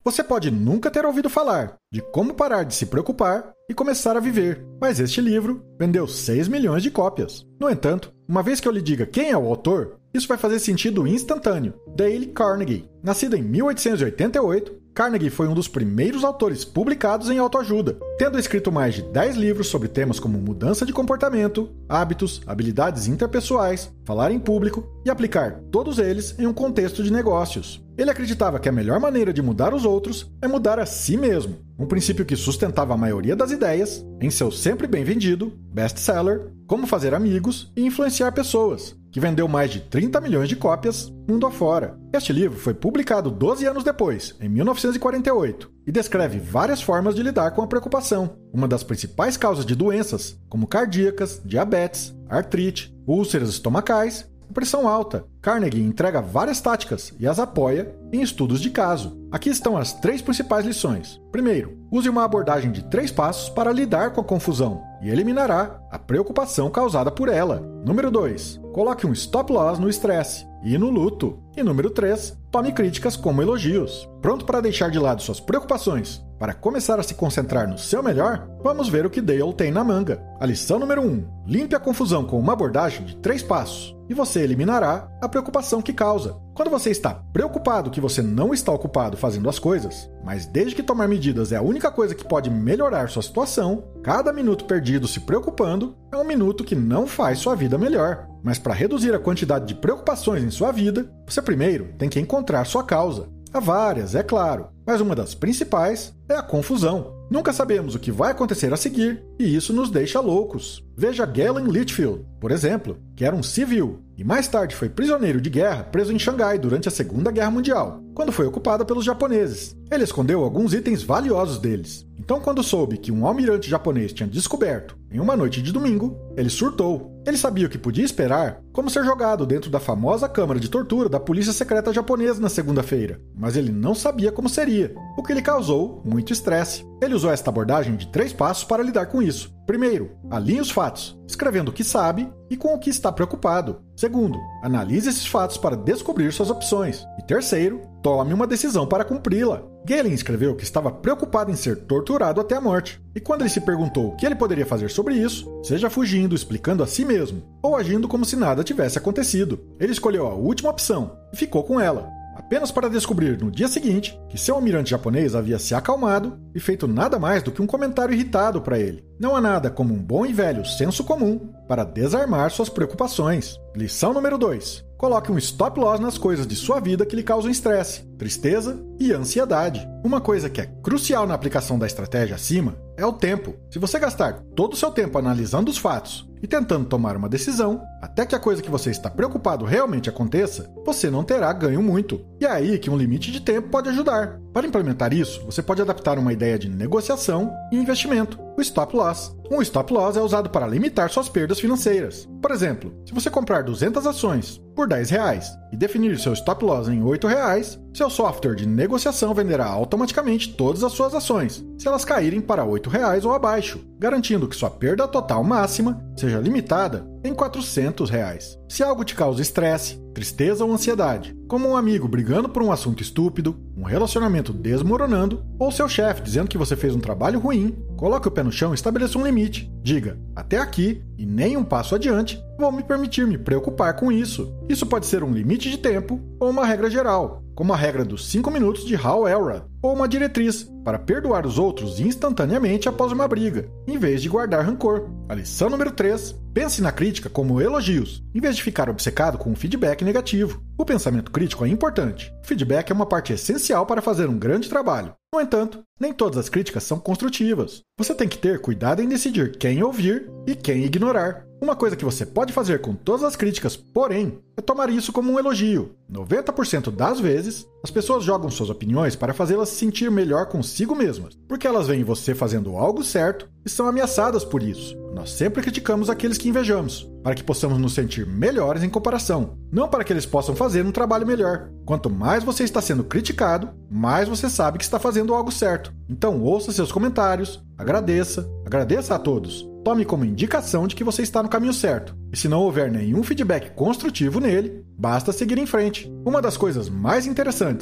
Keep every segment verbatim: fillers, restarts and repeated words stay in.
Você pode nunca ter ouvido falar de como parar de se preocupar e começar a viver, mas este livro vendeu seis milhões de cópias. No entanto, uma vez que eu lhe diga quem é o autor, isso vai fazer sentido instantâneo. Dale Carnegie. Nascido em mil oitocentos e oitenta e oito, Carnegie foi um dos primeiros autores publicados em autoajuda, tendo escrito mais de dez livros sobre temas como mudança de comportamento, hábitos, habilidades interpessoais, falar em público e aplicar todos eles em um contexto de negócios. Ele acreditava que a melhor maneira de mudar os outros é mudar a si mesmo, um princípio que sustentava a maioria das ideias em seu sempre bem vendido, best-seller, Como Fazer Amigos e Influenciar Pessoas, que vendeu mais de trinta milhões de cópias mundo afora. Este livro foi publicado doze anos depois, em mil novecentos e quarenta e oito, e descreve várias formas de lidar com a preocupação, uma das principais causas de doenças, como cardíacas, diabetes, artrite, úlceras estomacais e pressão alta. Carnegie entrega várias táticas e as apoia em estudos de caso. Aqui estão as três principais lições. Primeiro, use uma abordagem de três passos para lidar com a confusão e eliminará a preocupação causada por ela. Número dois, coloque um stop loss no estresse e no luto. E número três, tome críticas como elogios. Pronto para deixar de lado suas preocupações para começar a se concentrar no seu melhor? Vamos ver o que Dale tem na manga. A lição número um, limpe a confusão com uma abordagem de três passos e você eliminará a preocupação que causa. Quando você está preocupado que você não está ocupado fazendo as coisas, mas desde que tomar medidas é a única coisa que pode melhorar sua situação, cada minuto perdido se preocupando é um minuto que não faz sua vida melhor. Mas para reduzir a quantidade de preocupações em sua vida, você primeiro tem que encontrar sua causa. Há várias, é claro, mas uma das principais é a confusão. Nunca sabemos o que vai acontecer a seguir e isso nos deixa loucos. Veja Galen Litchfield, por exemplo, que era um civil e mais tarde foi prisioneiro de guerra preso em Xangai durante a Segunda Guerra Mundial, quando foi ocupada pelos japoneses. Ele escondeu alguns itens valiosos deles. Então, quando soube que um almirante japonês tinha descoberto em uma noite de domingo, ele surtou. Ele sabia o que podia esperar, como ser jogado dentro da famosa câmara de tortura da polícia secreta japonesa na segunda-feira, mas ele não sabia como seria, o que lhe causou muito estresse. Ele usou esta abordagem de três passos para lidar com isso. Primeiro, alinhe os fatos, escrevendo o que sabe e com o que está preocupado. Segundo, analise esses fatos para descobrir suas opções. E terceiro, tome uma decisão para cumpri-la. Galen escreveu que estava preocupado em ser torturado até a morte. E quando ele se perguntou o que ele poderia fazer sobre isso, seja fugindo, explicando a si mesmo, ou agindo como se nada tivesse acontecido, ele escolheu a última opção e ficou com ela. Apenas para descobrir no dia seguinte que seu almirante japonês havia se acalmado e feito nada mais do que um comentário irritado para ele. Não há nada como um bom e velho senso comum para desarmar suas preocupações. Lição número dois. Coloque um stop loss nas coisas de sua vida que lhe causam estresse, tristeza e ansiedade. Uma coisa que é crucial na aplicação da estratégia acima é o tempo. Se você gastar todo o seu tempo analisando os fatos e tentando tomar uma decisão, até que a coisa que você está preocupado realmente aconteça, você não terá ganho muito. E é aí que um limite de tempo pode ajudar. Para implementar isso, você pode adaptar uma ideia de negociação e investimento, o stop loss. Um stop loss é usado para limitar suas perdas financeiras. Por exemplo, se você comprar duzentas ações por dez reais e definir seu stop loss em oito reais, seu software de negociação venderá automaticamente todas as suas ações, se elas caírem para oito reais ou abaixo, garantindo que sua perda total máxima seja limitada em quatrocentos reais. Se algo te causa estresse, tristeza ou ansiedade, como um amigo brigando por um assunto estúpido, um relacionamento desmoronando, ou seu chefe dizendo que você fez um trabalho ruim, coloque o pé no chão e estabeleça um limite. Diga, até aqui e nem um passo adiante, vou me permitir me preocupar com isso. Isso pode ser um limite de tempo ou uma regra geral, como a regra dos cinco minutos de Hal Elrod, ou uma diretriz para perdoar os outros instantaneamente após uma briga, em vez de guardar rancor. A lição número três. Pense na crítica como elogios, em vez de ficar obcecado com o feedback negativo. O pensamento crítico é importante. O feedback é uma parte essencial para fazer um grande trabalho. No entanto, nem todas as críticas são construtivas. Você tem que ter cuidado em decidir quem ouvir e quem ignorar. Uma coisa que você pode fazer com todas as críticas, porém, é tomar isso como um elogio. noventa por cento das vezes, as pessoas jogam suas opiniões para fazê-las se sentir melhor consigo mesmas, porque elas veem você fazendo algo certo e são ameaçadas por isso. Nós sempre criticamos aqueles que invejamos, para que possamos nos sentir melhores em comparação, não para que eles possam fazer um trabalho melhor. Quanto mais você está sendo criticado, mais você sabe que está fazendo algo certo. Então ouça seus comentários, agradeça, agradeça a todos. Tome como indicação de que você está no caminho certo. E se não houver nenhum feedback construtivo nele, basta seguir em frente. Uma das coisas mais interessantes em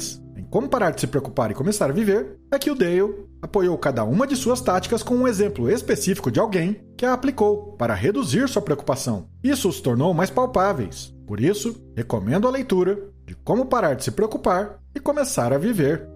Como Parar de Se Preocupar e Começar a Viver é que o Dale apoiou cada uma de suas táticas com um exemplo específico de alguém que a aplicou para reduzir sua preocupação. Isso os tornou mais palpáveis. Por isso, recomendo a leitura de Como Parar de Se Preocupar e Começar a Viver.